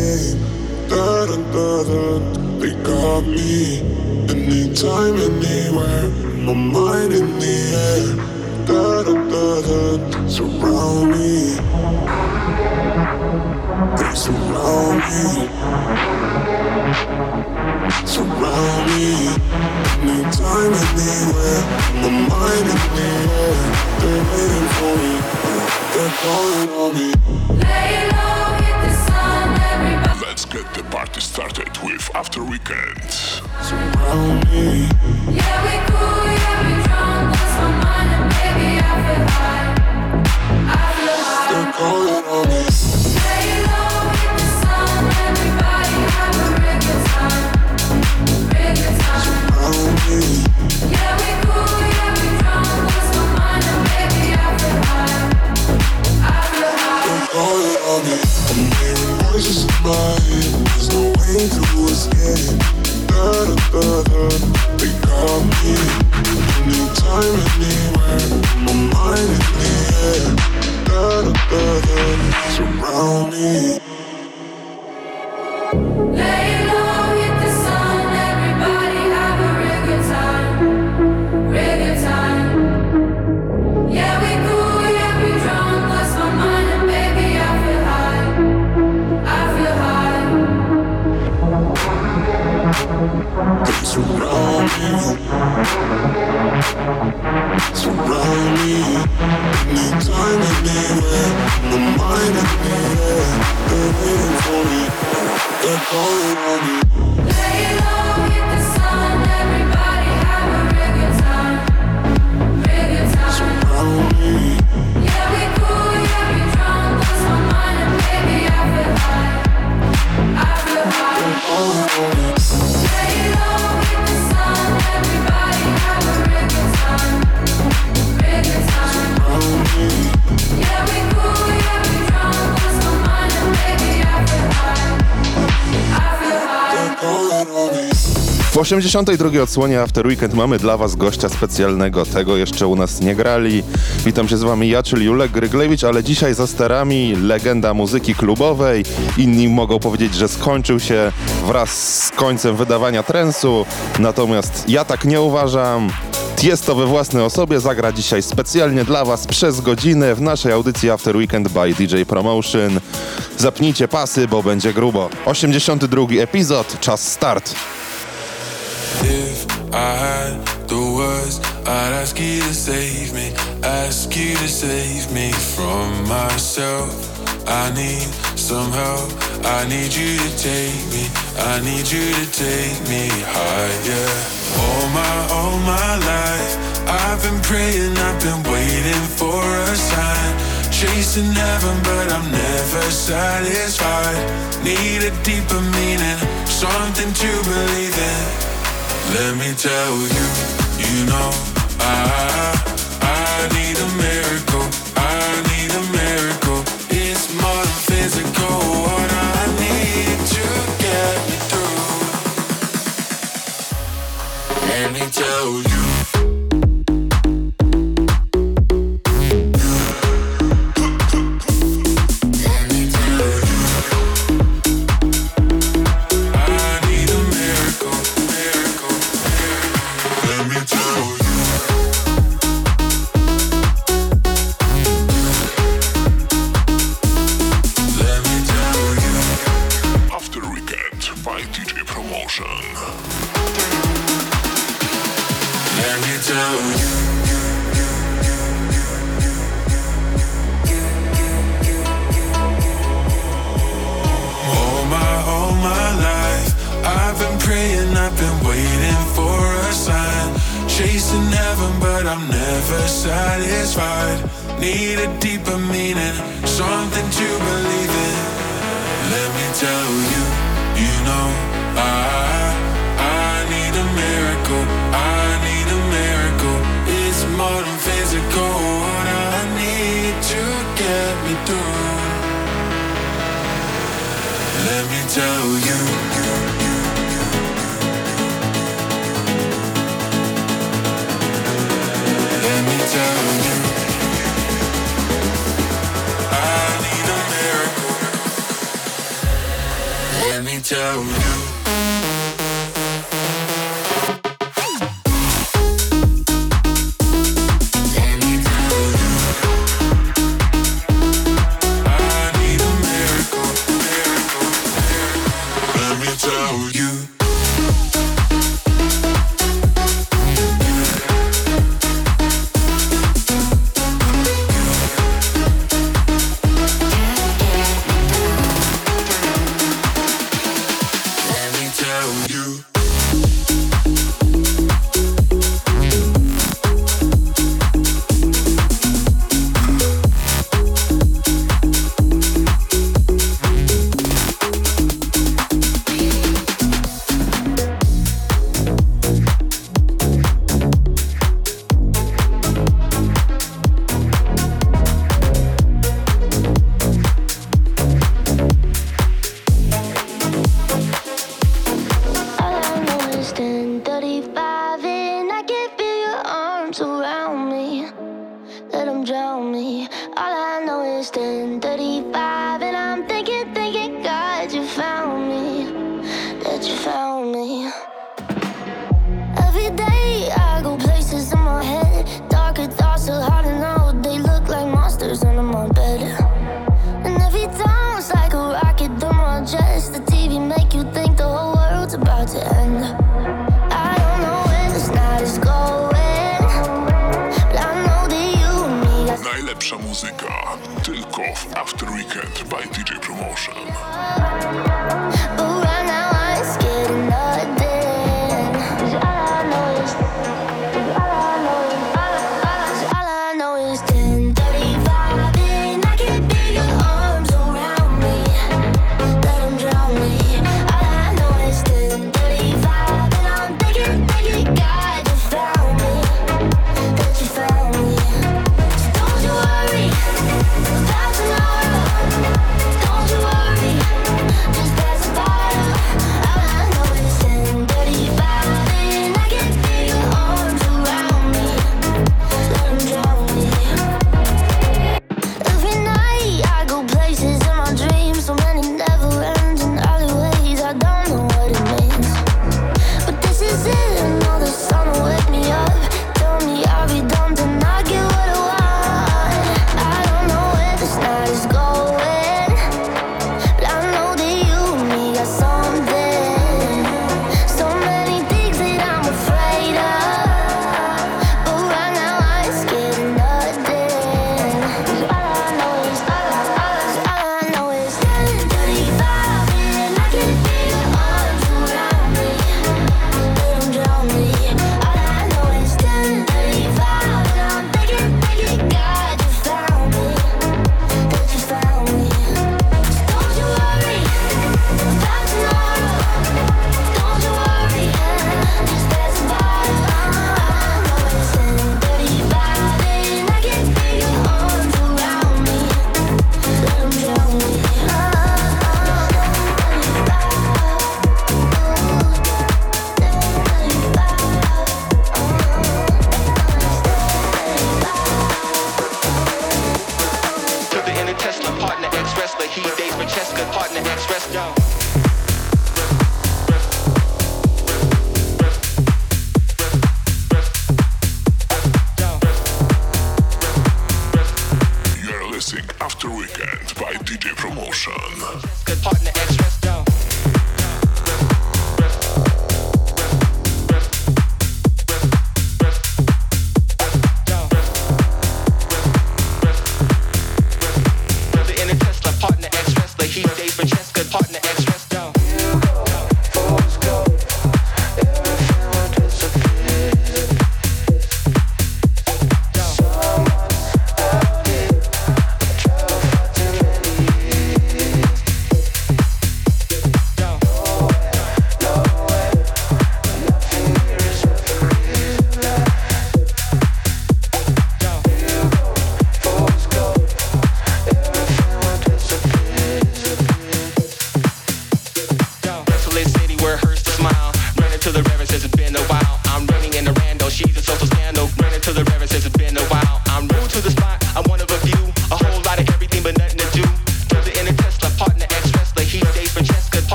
game. They got me. Anytime, anywhere. My mind in the air. Surround me. They surround me. Surround me. Anytime, anywhere. My mind in the air. They're waiting for me. They're calling on me. Lay low, hit the sun, everybody. Let's get the party started with After Weekend. Surround me. Yeah, we cool, yeah, we drunk. Lost my mind and baby, I feel high. I feel high. They're calling on me. Lay low, hit the sun, everybody have a real good time. Real good time. Surround me. Yeah, we cool, yeah, we drunk. Lost my mind and baby, I feel high. I feel high. They're calling on me. I'm hearing voices in my head. There's no way to escape. They got me. Anytime, anywhere. My mind in the air. Surround me. Lay low, hit the sun, everybody have a real good time. Real good time. Yeah, we cool, yeah, we drunk. Lost my mind and baby, I feel high. I feel high. They surround me. Surround me. Anytime, anywhere. My mind in the air. They're waiting for me. They're calling on me. Lay low, hit the sun, everybody have a real good time. Real good time. Surround me. Yeah, we cool, yeah, we drunk. Lost my mind and baby, I feel high. I feel high. They're calling on me. Lay low, hit the sun, everybody have a real good time. Real good time. Surround me. Yeah, we cool, yeah, we drunk. Lost my mind and baby, I feel high. I feel high. They're calling on me. W 82. odsłonie After Weekend mamy dla was gościa specjalnego. Tego jeszcze u nas nie grali. Witam się z wami ja, czyli Julek Gryglewicz, ale dzisiaj za sterami legenda muzyki klubowej. Inni mogą powiedzieć, że skończył się wraz z końcem wydawania trance'u. Natomiast ja tak nie uważam. Tiesto we własnej osobie zagra dzisiaj specjalnie dla was przez godzinę w naszej audycji After Weekend by DJ Promotion. Zapnijcie pasy, bo będzie grubo. 82. epizod, czas start. If I had the words, I'd ask you to save me, ask you to save me from myself. I need some help, I need you to take me, I need you to take me higher. All my life, I've been praying, I've been waiting for a sign. Chasing heaven, but I'm never satisfied. Need a deeper meaning, something to believe in. Let me tell you, you know, I need a miracle, I need a miracle. It's more than physical, what I need to get me through. Let me tell you. Satisfied, need a deeper meaning, something to believe in. Let me tell you, you know, I need a miracle, I need a miracle. It's more than physical, what I need to get me through. Let me tell you. Let me tell you, I need a miracle. Let me tell you. Let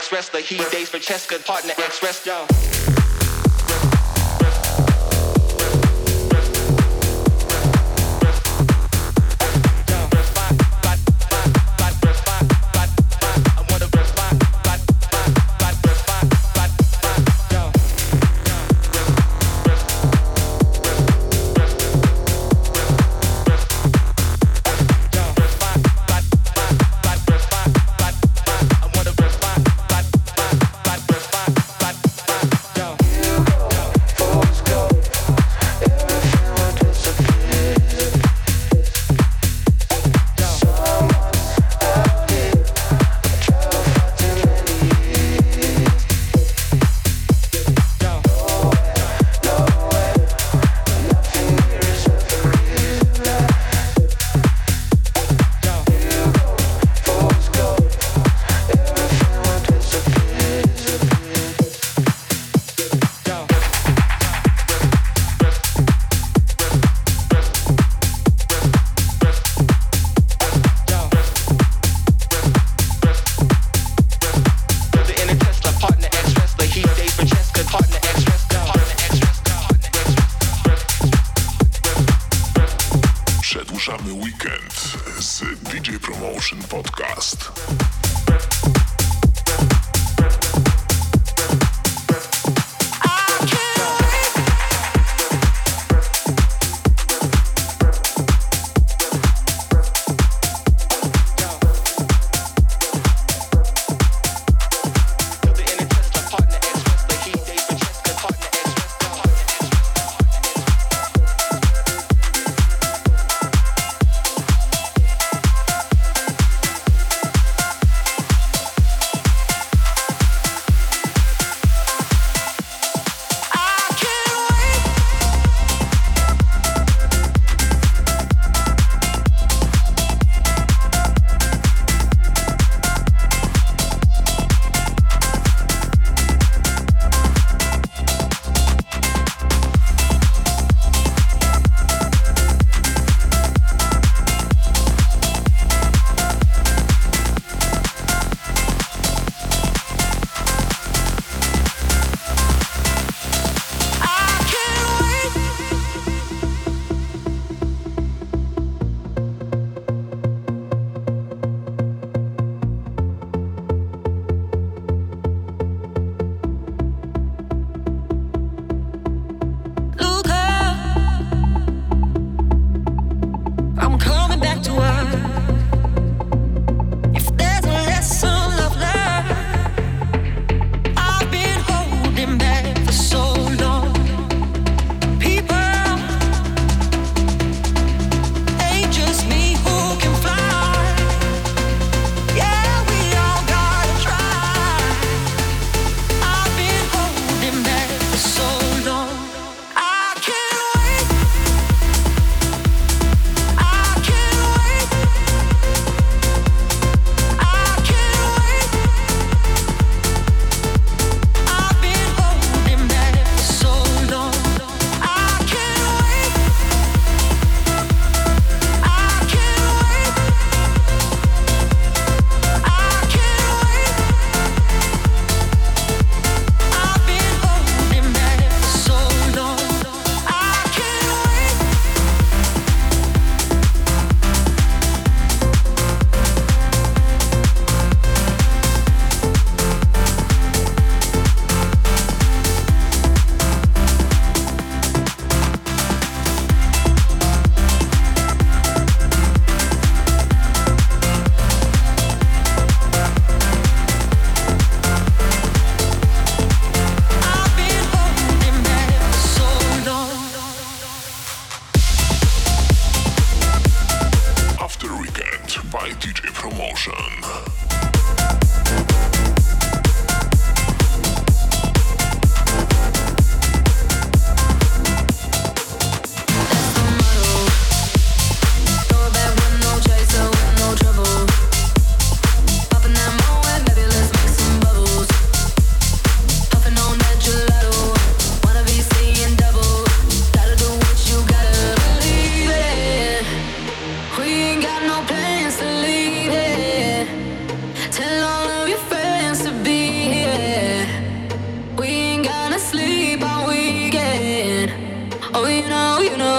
ex-wrestler. He dates Francesca, partner, ex-wrestler. Przedłużamy weekend z DJ Promotion Podcast.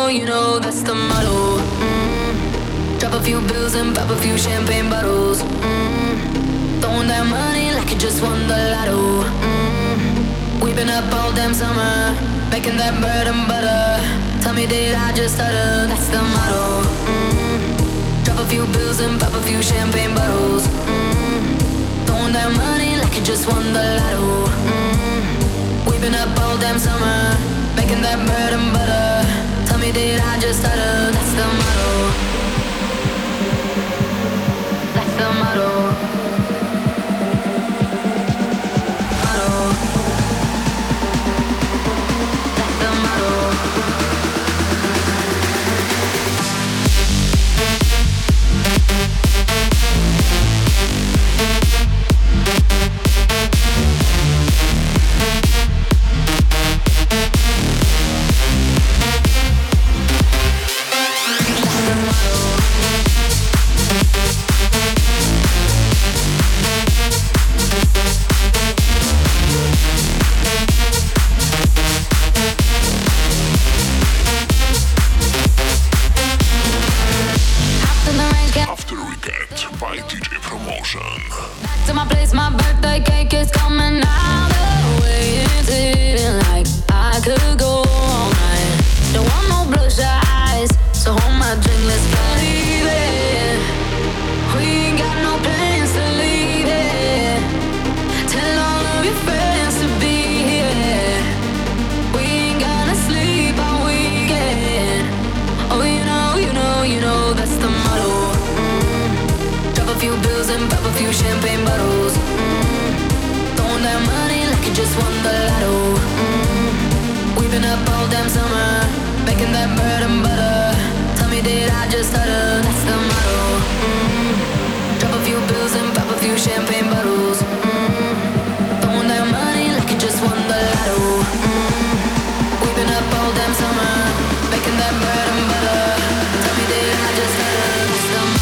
know that's the motto. Drop a few bills and pop a few champagne bottles. Throwing that money like you just won the lotto. We've been up all damn summer, making that bread and butter. Tell me, did I just stutter? That's the motto. Drop a few bills and pop a few champagne bottles. Throwing that money like you just won the lotto. We've been up all damn summer, making that bread and butter. Tell me, did I just stutter? That's the motto. That's the motto. After Weekend by DJ Promotion. Back to my place, my birthday cake is coming out the way. It's hitting like I could go all night. Don't want no bloodshot eyes, so hold my drink, let's get even. We ain't got no plans to leave it. Tell all of your friends to be here. We ain't gonna sleep all weekend. Oh, you know that's the motto. Drop a few bills and pop a few champagne bottles. Throwing that money like you just won the lotto. We've been up all damn summer, making that bread and butter. Tell me, did I just stutter? That's the motto. Drop a few bills and pop a few champagne bottles. Throwing that money like you just won the lotto. We've been up all damn summer, making that bread and butter. Tell me, did I just stutter? That's the motto.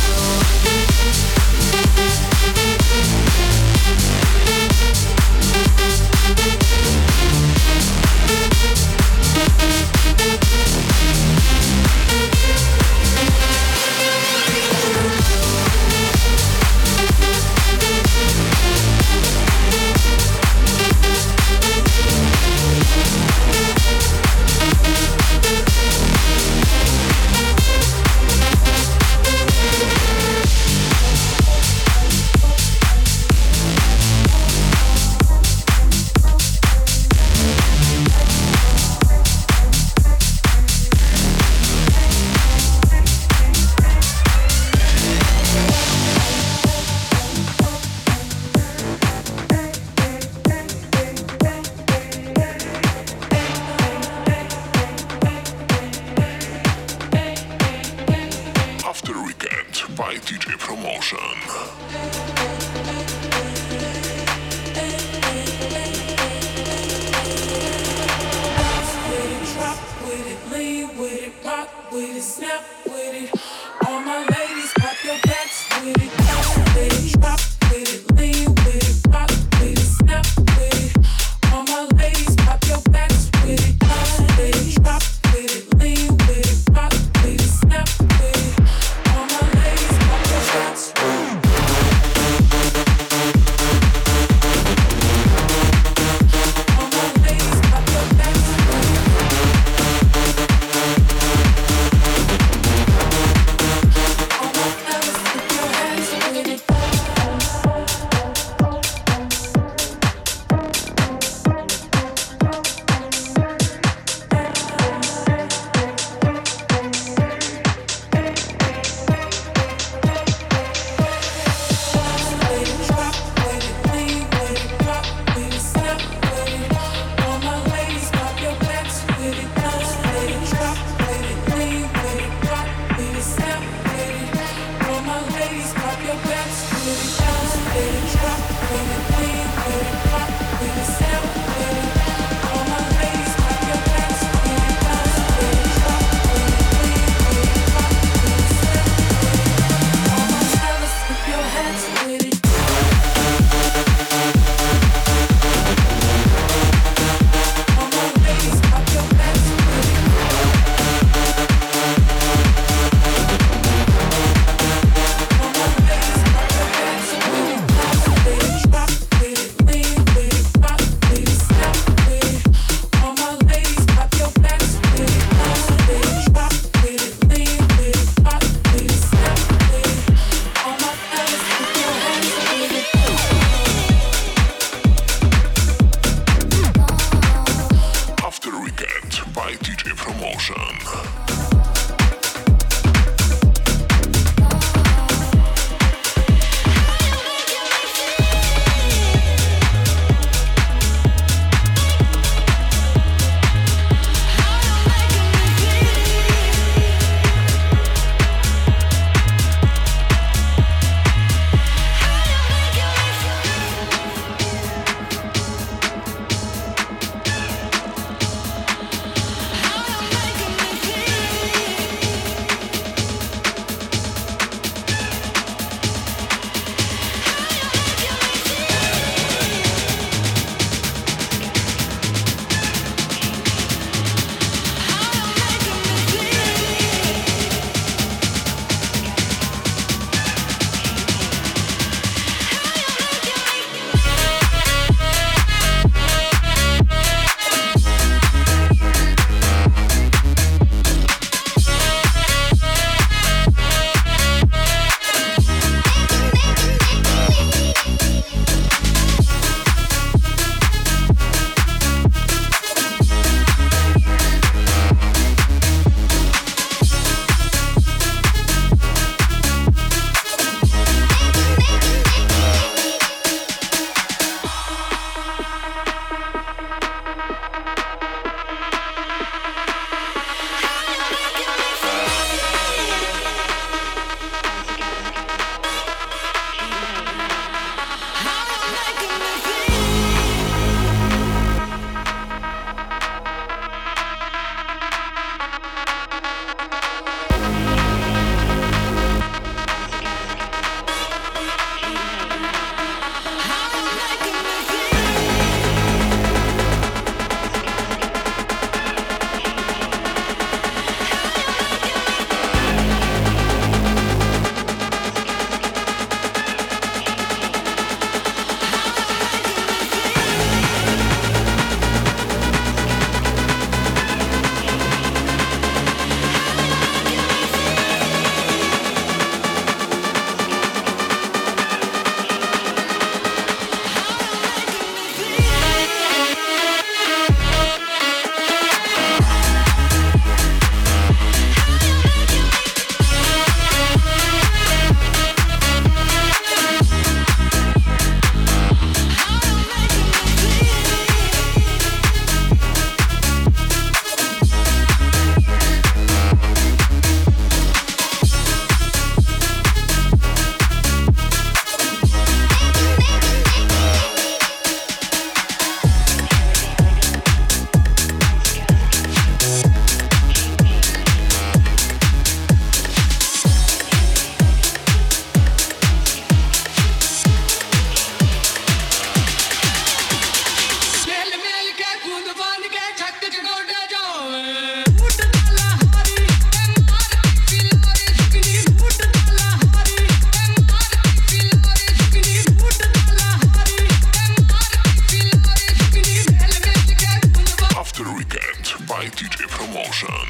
DJ Promotion.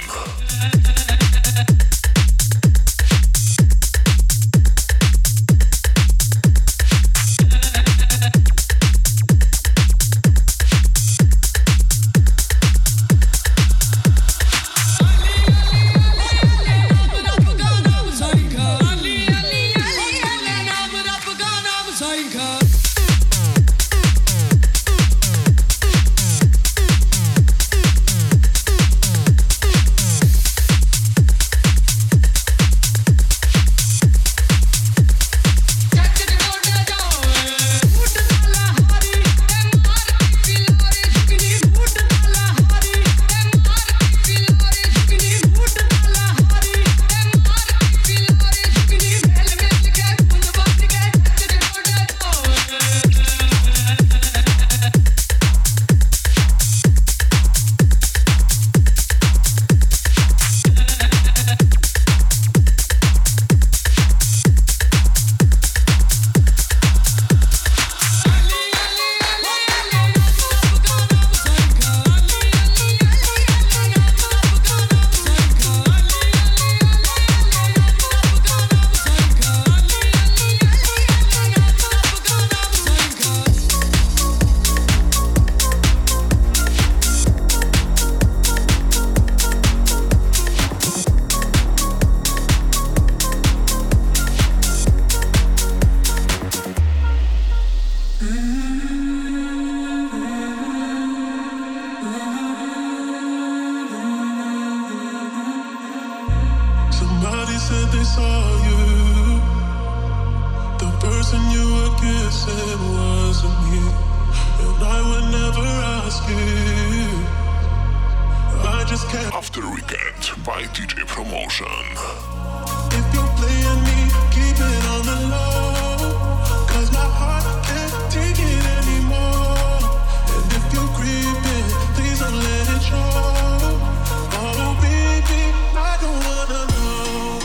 Somebody said they saw you. The person you were kissing wasn't me, and I would never ask you. I just can't. After Weekend by DJ Promotion. If you're playing me, keep it on the low, 'cause my heart can't take it anymore. And if you're creeping, please don't let it show. Oh baby, I don't wanna know.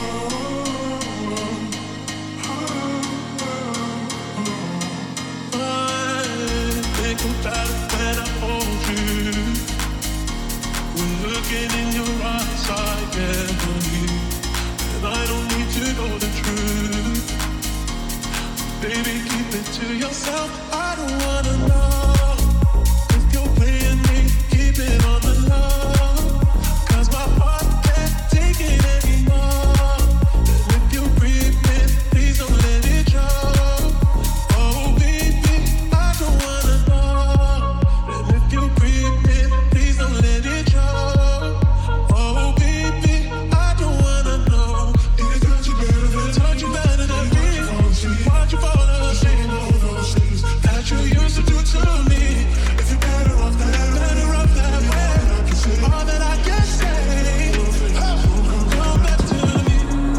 I think about it when I hold you. When looking in your eyes, I can't believe. And I don't need to know the truth. Baby, keep it to yourself. I don't wanna know. If you're playing me, keep it on the low, 'cause my heart can't take it anymore. And if you're creeping, please don't let it show. Oh baby, I don't wanna know. And if you're creeping, please don't let it show. Oh baby, I don't wanna know. It touch you better than me. Why'd you fall asleep? That you used to do to me. If you're better off that way. All that I can say, come back to me.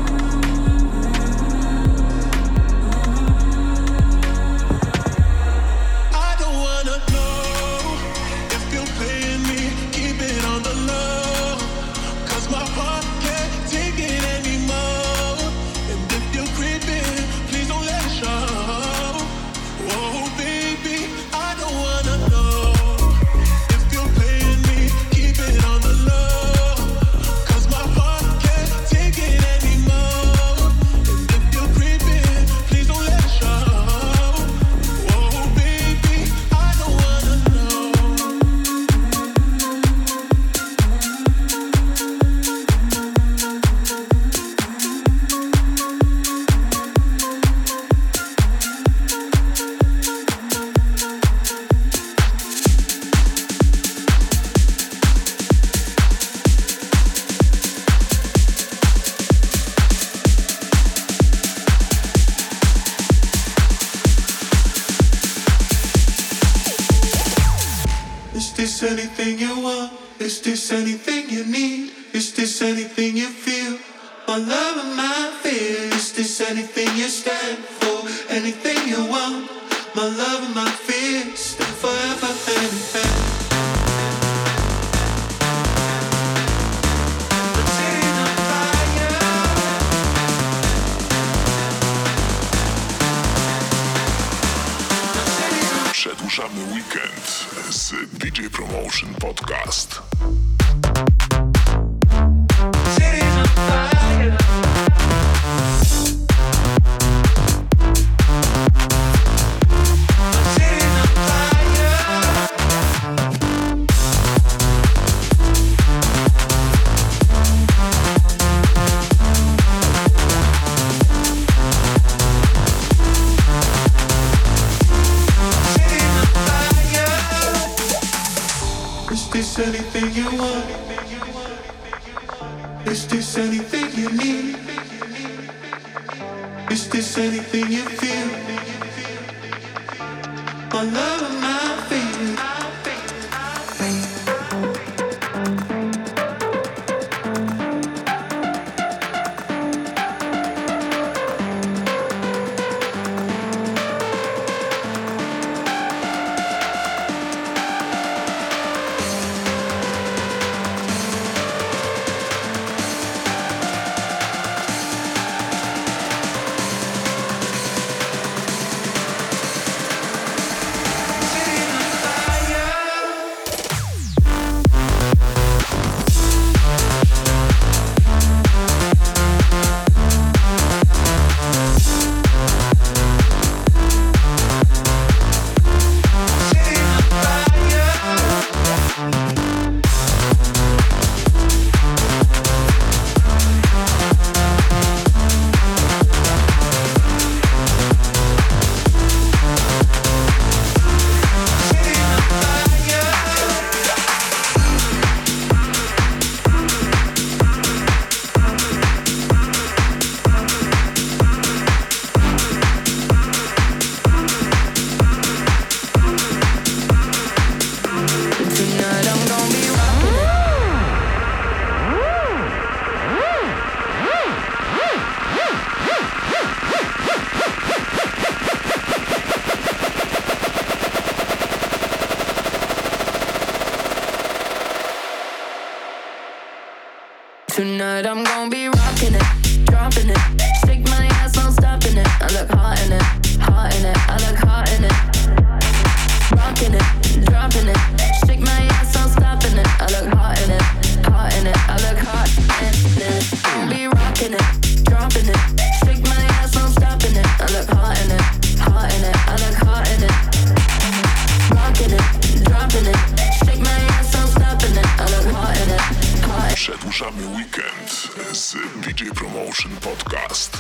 I don't wanna know if you're playing me. Keep it on the low, 'cause my heart can't take it anymore. And if you're creeping, please don't let it show. Oh baby, I don't wanna know if you're playing me. Keep it on the low, 'cause my heart can't take it anymore. And if you're creeping, please don't let it show. Oh baby, I don't wanna know. Is this anything you want? Is this anything you need? Is this anything you feel? My love and my fear. Is this anything you stand for? Anything you want? My love and my fear. Stand forever hand in hand. Pretend I'm fire. Przedłużamy weekend z DJ Promotion Podcast. this anything you want? Is this anything you need? Is this anything you feel? My love and my feelings. Tonight I'm gonna be rocking it, dropping it. Shake my ass, no stopping it. I look hot in it, hot in it. I look hot in it. Rocking it, dropping it. Shake my ass, no stopping it. I look hot in it, hot in it. I look hot in it. I'll be rocking it, dropping it. Shake my ass, no stopping it. I look hot in it, hot in it. I look hot in it. Rocking it, dropping it. Shake my ass, no stopping it. I look hot in it. Przedłużamy weekend z DJ Promotion Podcast.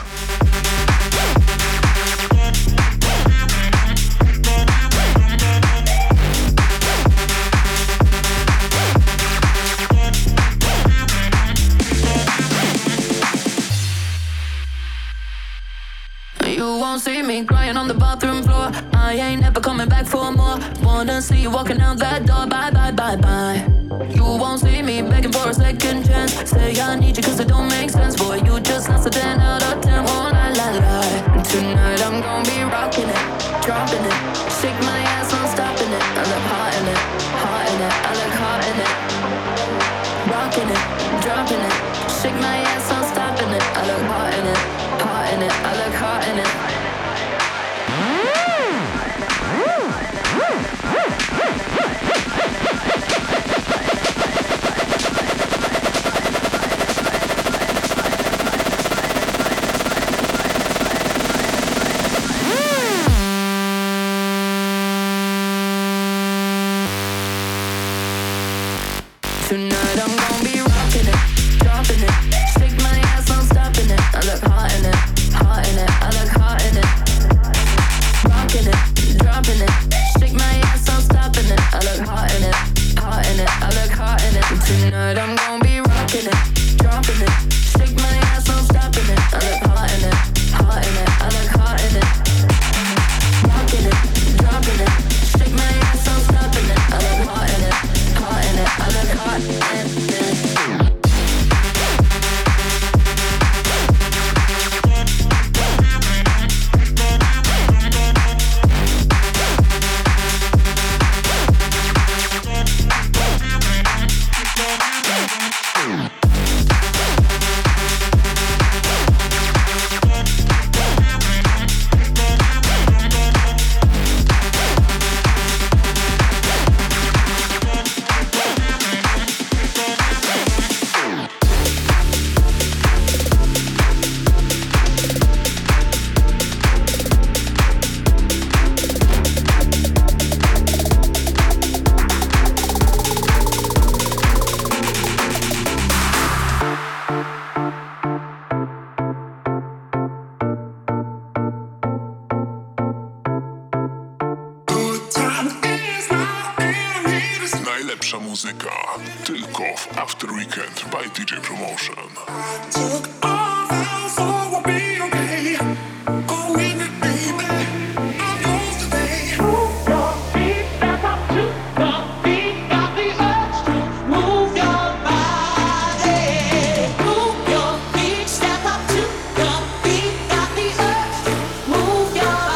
You won't see me crying on the bathroom floor. I ain't never coming back for more. Wanna see you walking out that door. Bye, bye, bye, bye. You won't see me begging for a second chance. Say I need you cause it don't make sense. Boy, you just lost a 10 out of 10. Oh, la, la, la. Tonight I'm gonna be rocking it, dropping it. Shake my ass, I'm stopping it. I look hot in it, hot in it. I look hot in it. Rocking it, dropping it. Shake my ass, I'm stopping it. I look hot in it, hot in it. I look hot in it. Tonight I'm gonna be rocking it, dropping it. Shake my ass, I'm stopping it. I look hot in it, hot in it. I look hot in it. Rocking it, dropping it. Shake my ass, I'm stopping it. I look hot in it, hot in it. I look hot in it. Tonight I'm gonna be rocking it, dropping it. Shake my ass, I'm stopping it. I look hot in it, hot in it. I look hot in it. Rocking it, dropping it. Shake my ass, I'm stopping it. I look hot in it, hot in it. I look hot in it. muzyka tylko w After Weekend by DJ Promotion. Took all that, so I'll be okay. Go with it, baby. I'm yours today. Move your feet, step up to the beat. Got the urge to move your body. Move your feet, step up to the beat. Got the urge to move your body.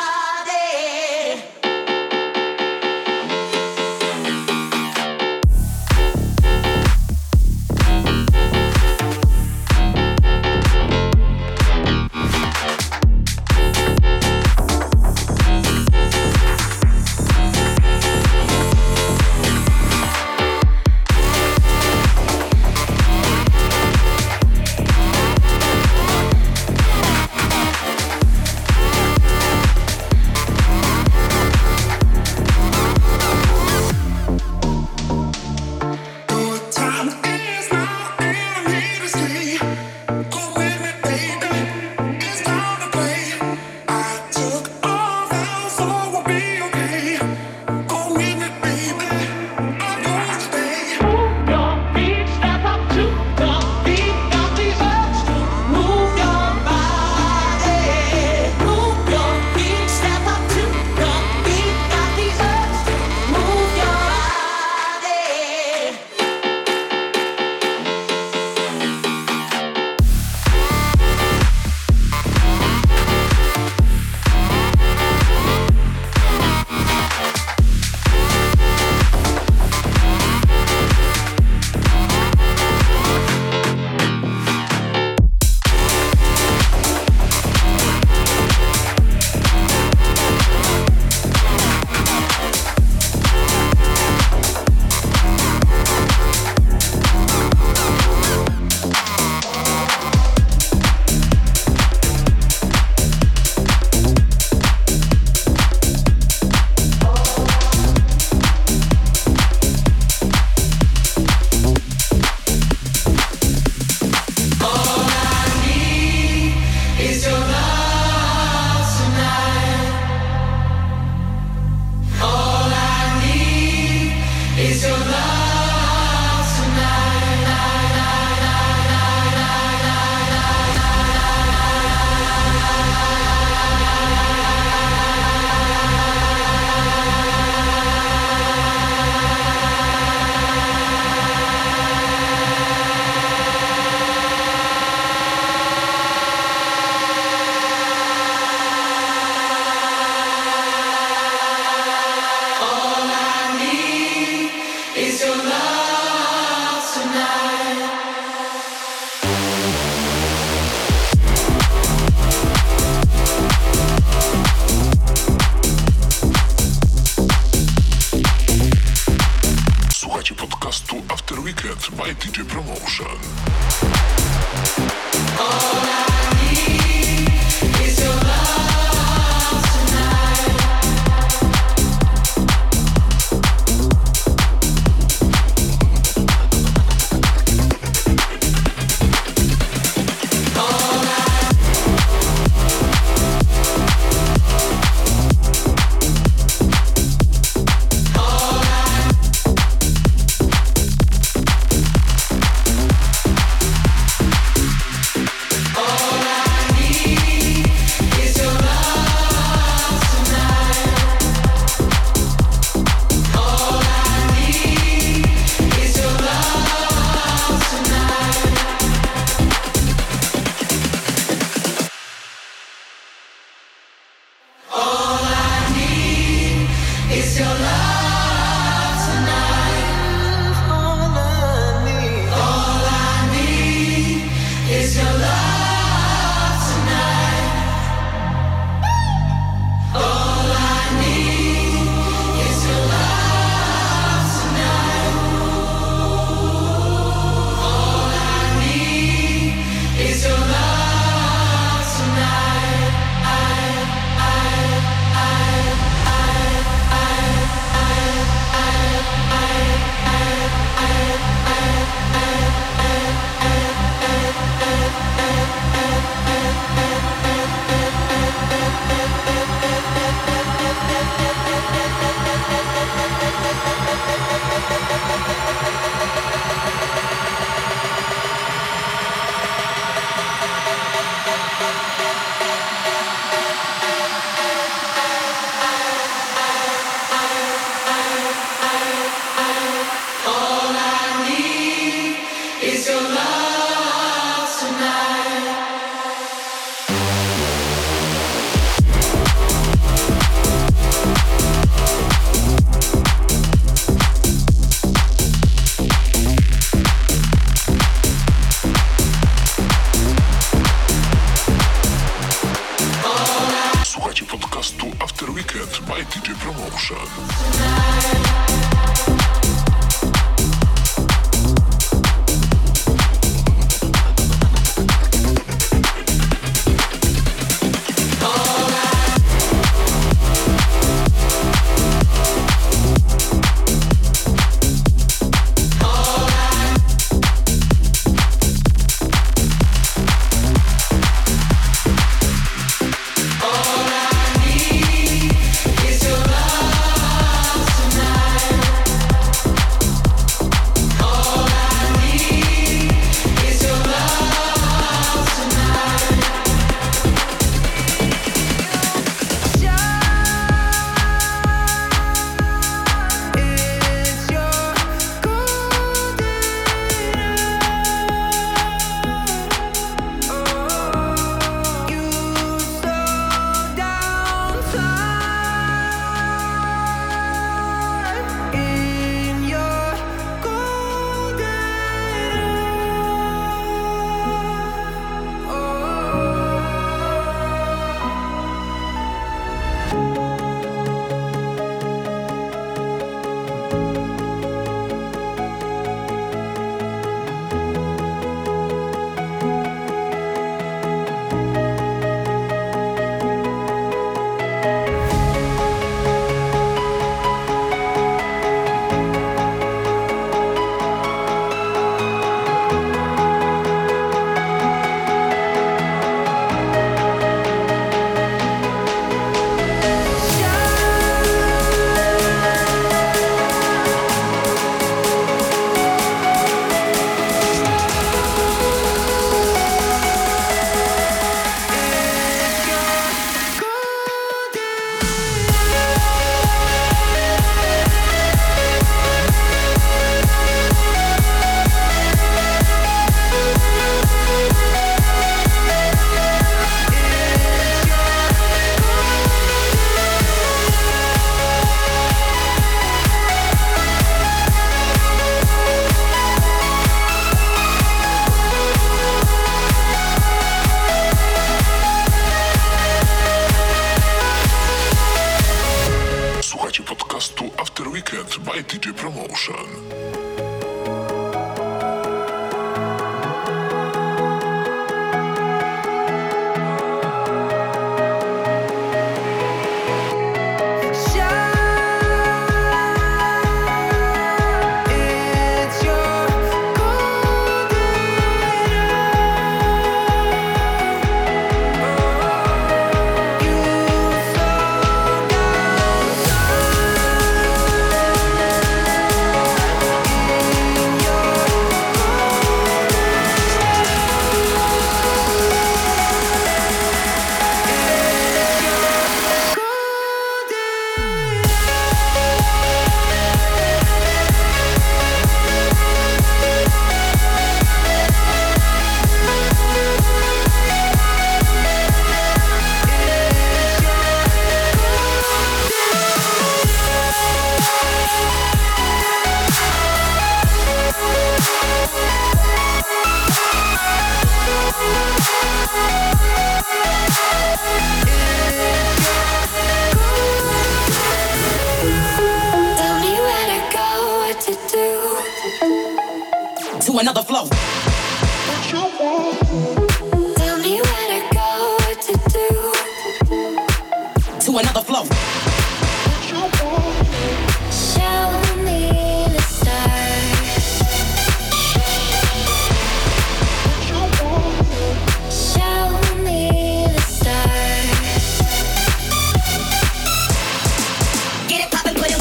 by DJ Promotion. All by DJ Promotion. To another flow. Tell me where to go, what to do. To another flow. Show me the stars. Show me the stars. Get it poppin', put it.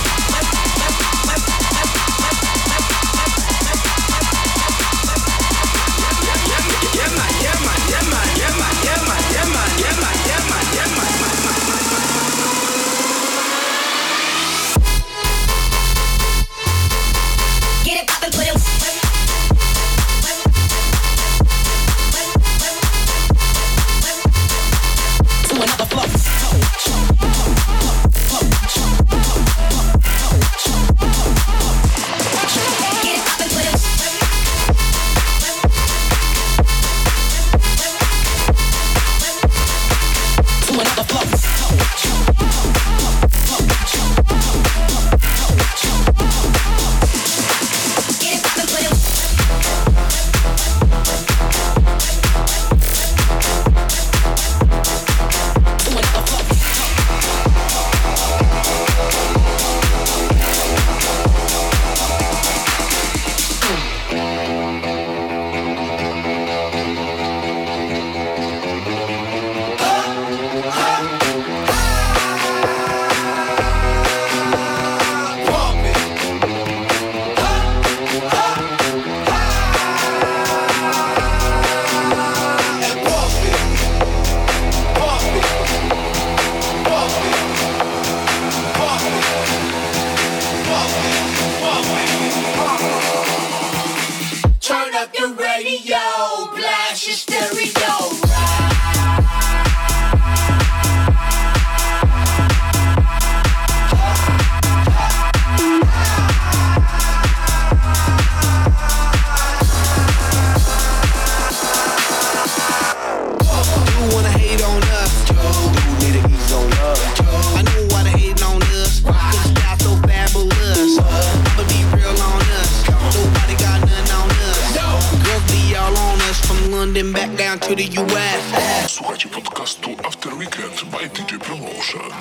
Słuchajcie podcastu After Weekend by DJ Promotion.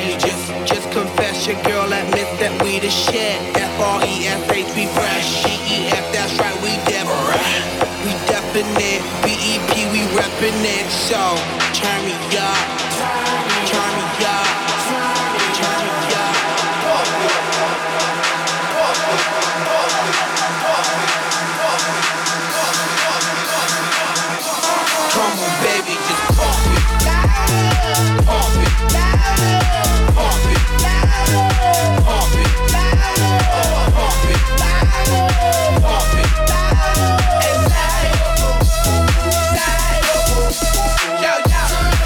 Just confess your girl admits that we the shit. F-R-E-S-H, we fresh. G-E-F, that's right, we different. We definite. B-E-P, we reppin' it. So, turn me up. Turn me up. Turn me up. Come on, baby, just pump it. Pump it. Pump it. Pump it. Pump it. Pump it. And yo, yo.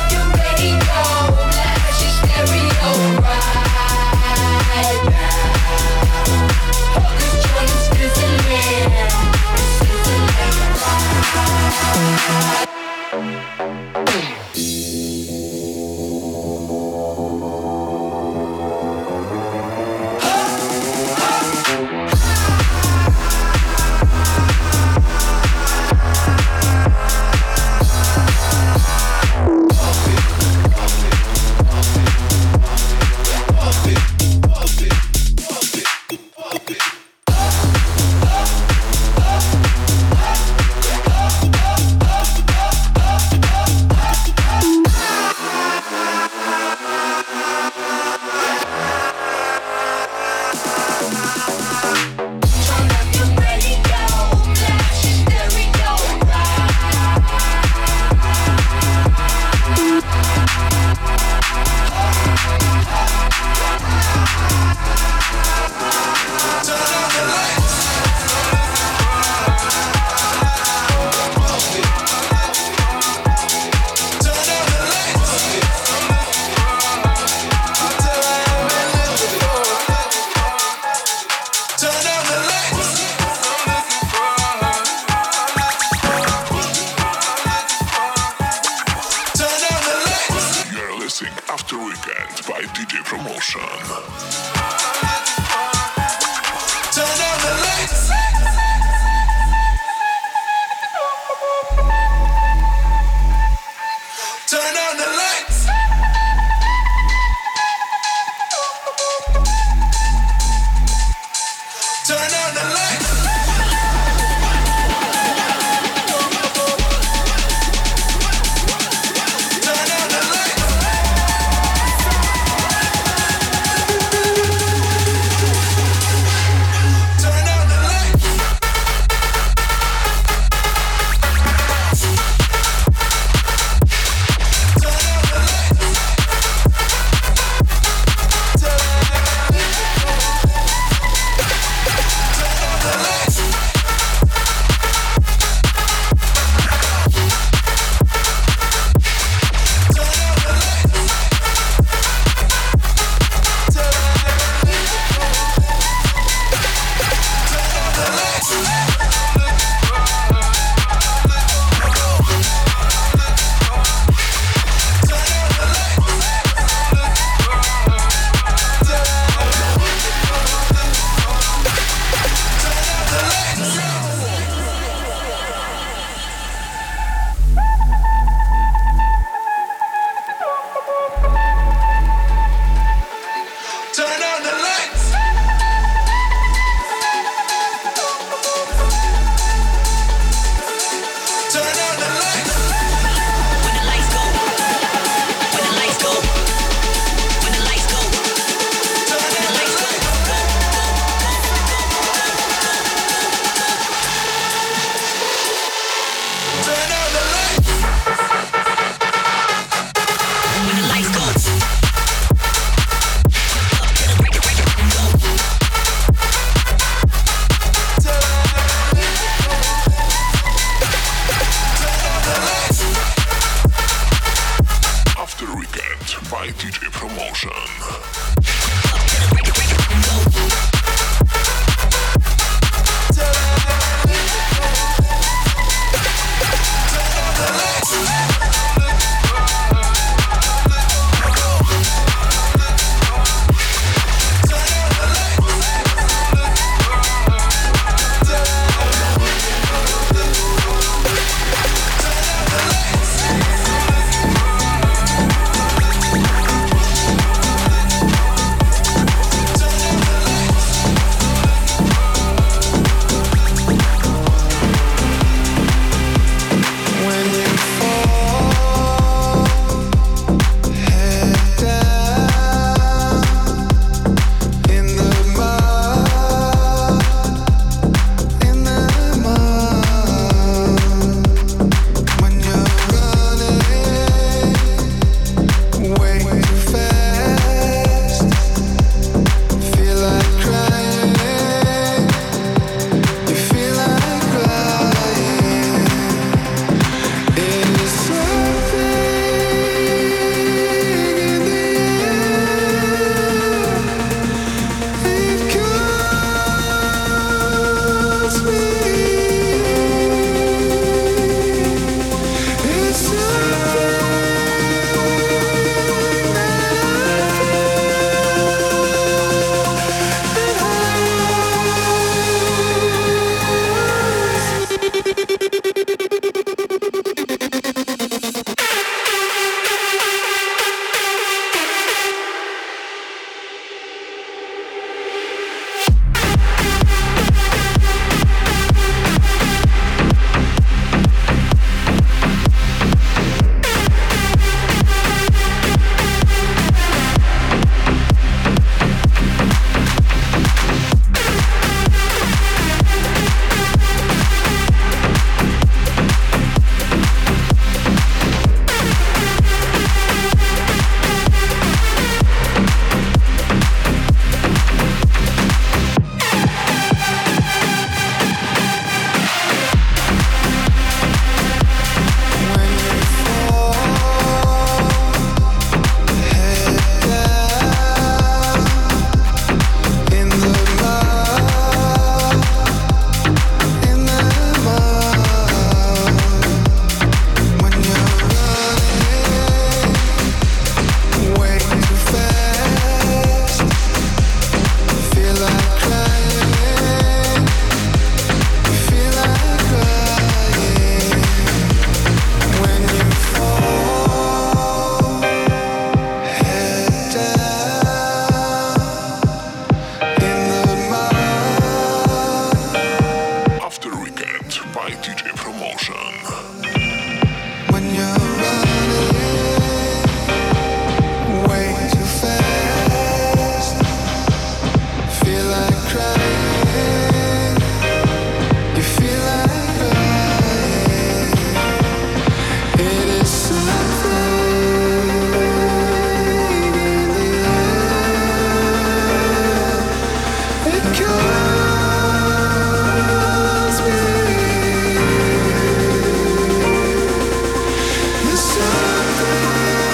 by DJ Promotion. When you're running way too fast, feel like crying, you feel like crying. It is something in the air. It calls me. There's something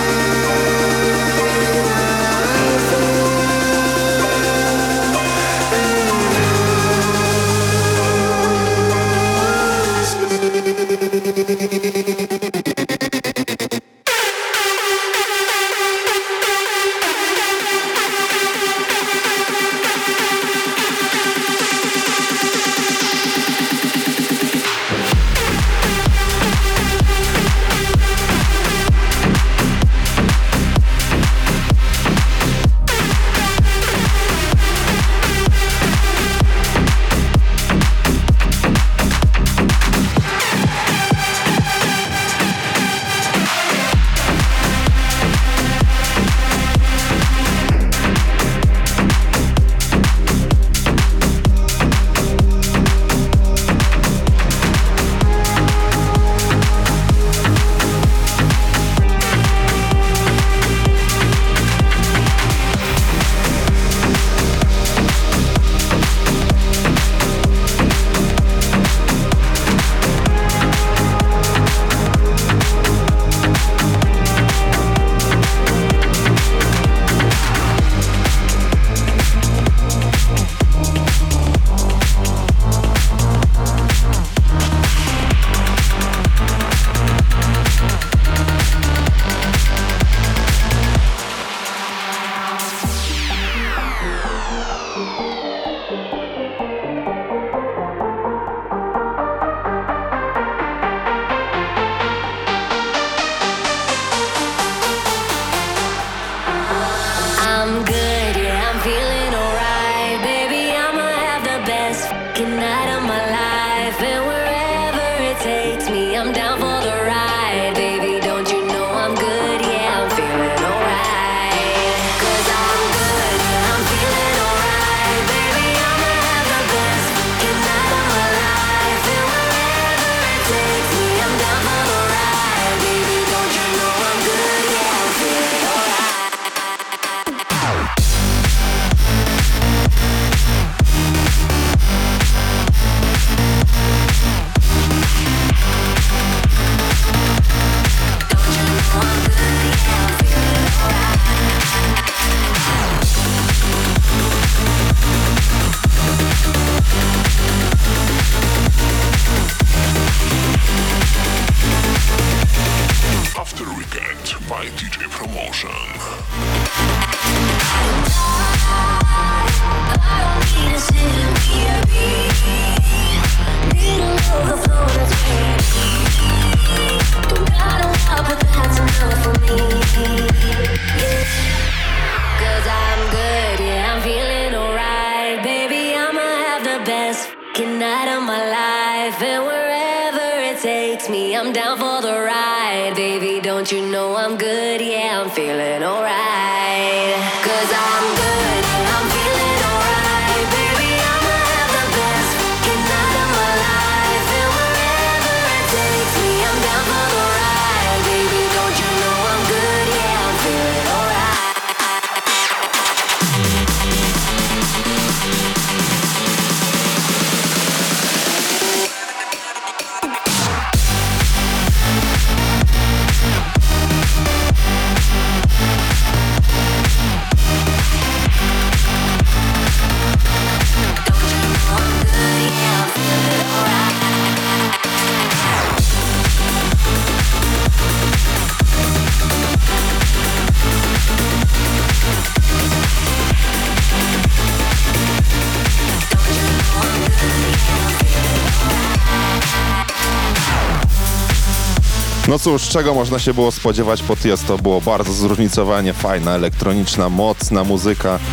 No cóż, czego można się było spodziewać po Tiesto? Było bardzo zróżnicowanie, fajna, elektroniczna, mocna muzyka.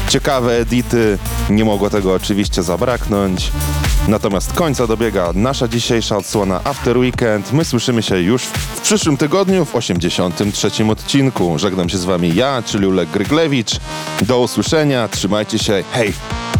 ciekawe edity. Nie mogło tego oczywiście zabraknąć. Natomiast końca dobiega nasza dzisiejsza odsłona After Weekend. My słyszymy się już w przyszłym tygodniu w 83. odcinku. Żegnam się z wami ja, czyli Julek Gryglewicz. Do usłyszenia, trzymajcie się, hej!